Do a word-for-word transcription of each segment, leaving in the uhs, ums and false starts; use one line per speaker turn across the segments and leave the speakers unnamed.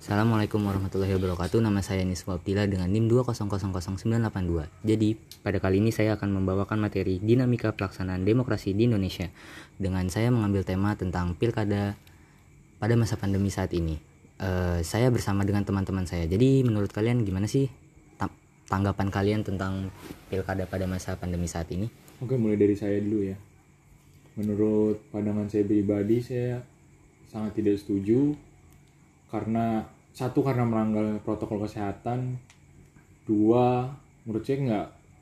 Assalamualaikum warahmatullahi wabarakatuh. Nama saya Niswa Abdillah dengan NIM dua nol nol nol sembilan delapan dua. Jadi, pada kali ini saya akan membawakan materi dinamika pelaksanaan demokrasi di Indonesia dengan saya mengambil tema tentang pilkada pada masa pandemi saat ini. Uh, saya bersama dengan teman-teman saya. Jadi, menurut kalian gimana sih tanggapan kalian tentang pilkada pada masa pandemi saat ini?
Oke, mulai dari saya dulu ya. Menurut pandangan saya pribadi, saya sangat tidak setuju karena satu karena melanggar protokol kesehatan, dua menurut saya nggak,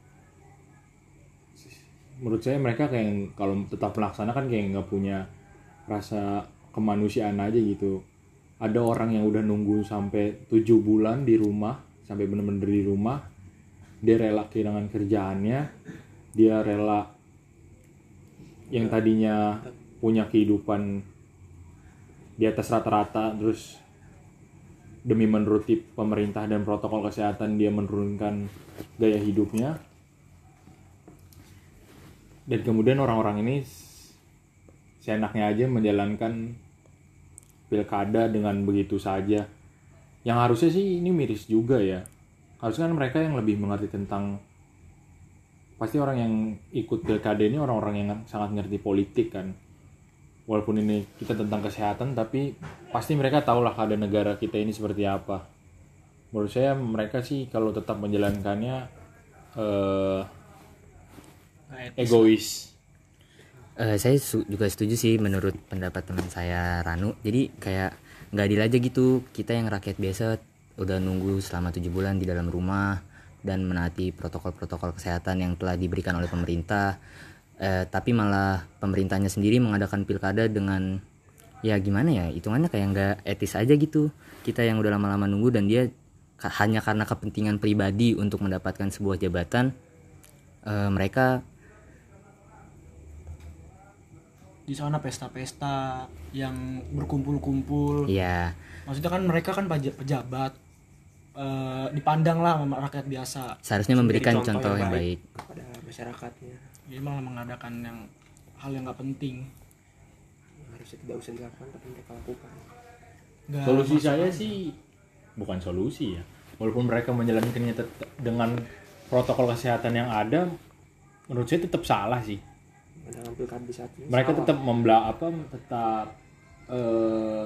menurut saya mereka kayak kalau tetap melaksanakan kayak nggak punya rasa kemanusiaan aja gitu. Ada orang yang udah nunggu sampai tujuh bulan di rumah, sampai bener-bener di rumah, dia rela kehilangan kerjaannya, dia rela yang tadinya punya kehidupan di atas rata-rata, terus demi menuruti pemerintah dan protokol kesehatan dia menurunkan gaya hidupnya. Dan kemudian orang-orang ini seenaknya aja menjalankan pilkada dengan begitu saja. Yang harusnya sih ini miris juga ya. Harusnya kan mereka yang lebih mengerti tentang, pasti orang yang ikut pilkada ini orang-orang yang sangat ngerti politik kan. Walaupun ini kita tentang kesehatan, tapi pasti mereka tahulah keadaan negara kita ini seperti apa. Menurut saya mereka sih kalau tetap menjalankannya eh, egois.
Uh, saya su- juga setuju sih menurut pendapat teman saya Ranu. Jadi kayak nggak adil aja gitu, kita yang rakyat biasa udah nunggu selama tujuh bulan di dalam rumah dan menaati protokol-protokol kesehatan yang telah diberikan oleh pemerintah. Eh, tapi malah pemerintahnya sendiri mengadakan pilkada dengan ya gimana ya, hitungannya kayak nggak etis aja gitu. Kita yang udah lama-lama nunggu dan dia ka- hanya karena kepentingan pribadi untuk mendapatkan sebuah jabatan, eh, mereka
di sana pesta-pesta yang berkumpul-kumpul.
ya
Maksudnya kan mereka kan paj- pejabat, eh, dipandang lah sama rakyat biasa.
seharusnya memberikan
Jadi
contoh yang baik
kepada masyarakatnya.
Jadi malah mengadakan yang hal yang nggak penting.
Harusnya tidak usah dilakukan tapi mereka lakukan.
Nggak
Solusi
masuk
saya
akal.
sih bukan solusi ya. Walaupun mereka menjalankannya tet- dengan protokol kesehatan yang ada, menurut saya tetap salah sih.
Dalam pilkada di saat ini
Mereka
salah.
tetap membela apa tetap eh,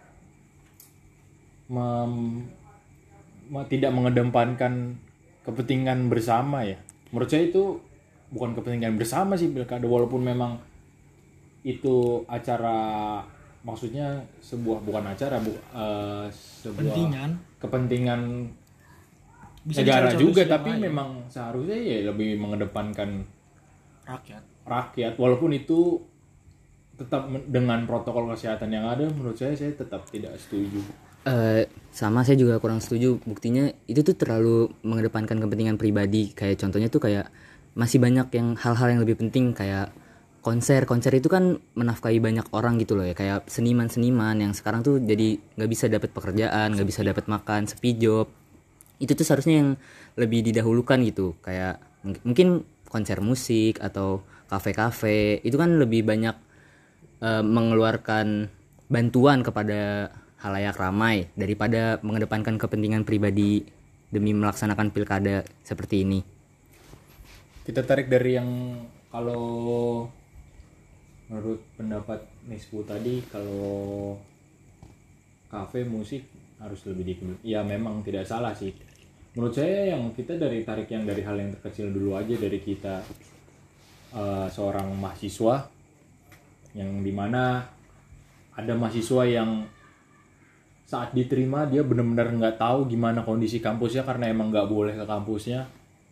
mem, me- tidak mengedepankan kepentingan bersama ya. Menurut saya itu bukan kepentingan bersama sih pilkada, walaupun memang itu acara, maksudnya sebuah bukan acara bu, eh, sebuah
Kepentingan.
kepentingan
Bisa
negara
dicari
juga,
solusi yang
tapi
lain.
memang seharusnya ya lebih mengedepankan
Rakyat.
rakyat, walaupun itu tetap men- dengan protokol kesehatan yang ada. Menurut saya saya tetap tidak setuju.
Eh, sama saya juga kurang setuju. Buktinya itu tuh terlalu mengedepankan kepentingan pribadi. Kayak contohnya tuh kayak masih banyak yang hal-hal yang lebih penting kayak konser. Konser itu kan menafkahi banyak orang gitu loh ya. Kayak seniman-seniman yang sekarang tuh jadi nggak bisa dapat pekerjaan, nggak bisa dapat makan, sepi job. Itu tuh seharusnya yang lebih didahulukan gitu. Kayak mung- mungkin konser musik atau kafe-kafe itu kan lebih banyak eh, mengeluarkan bantuan kepada halayak ramai daripada mengedepankan kepentingan pribadi demi melaksanakan pilkada seperti ini.
Kita tarik dari yang, kalau menurut pendapat Nisbu tadi, kalau kafe musik harus lebih di, ya memang tidak salah sih. Menurut saya yang kita dari tarik yang dari hal yang terkecil dulu aja, dari kita eh, seorang mahasiswa yang dimana ada mahasiswa yang saat diterima dia benar-benar nggak tahu gimana kondisi kampusnya karena emang nggak boleh ke kampusnya.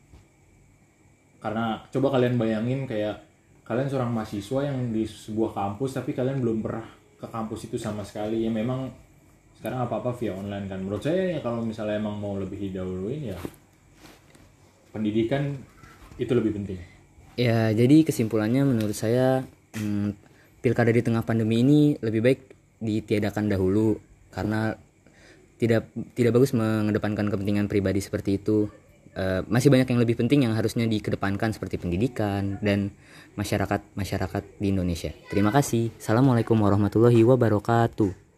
Karena coba kalian bayangin kayak kalian seorang mahasiswa yang di sebuah kampus tapi kalian belum pernah ke kampus itu sama sekali. Ya memang sekarang apa-apa via online kan. Menurut saya ya kalau misalnya emang mau lebih didahuluin ya pendidikan itu lebih penting.
Ya, jadi kesimpulannya menurut saya hmm, pilkada di tengah pandemi ini lebih baik ditiadakan dahulu karena tidak tidak bagus mengedepankan kepentingan pribadi seperti itu. Uh, masih banyak yang lebih penting yang harusnya dikedepankan seperti pendidikan dan masyarakat masyarakat di Indonesia. Terima kasih. Assalamualaikum warahmatullahi wabarakatuh.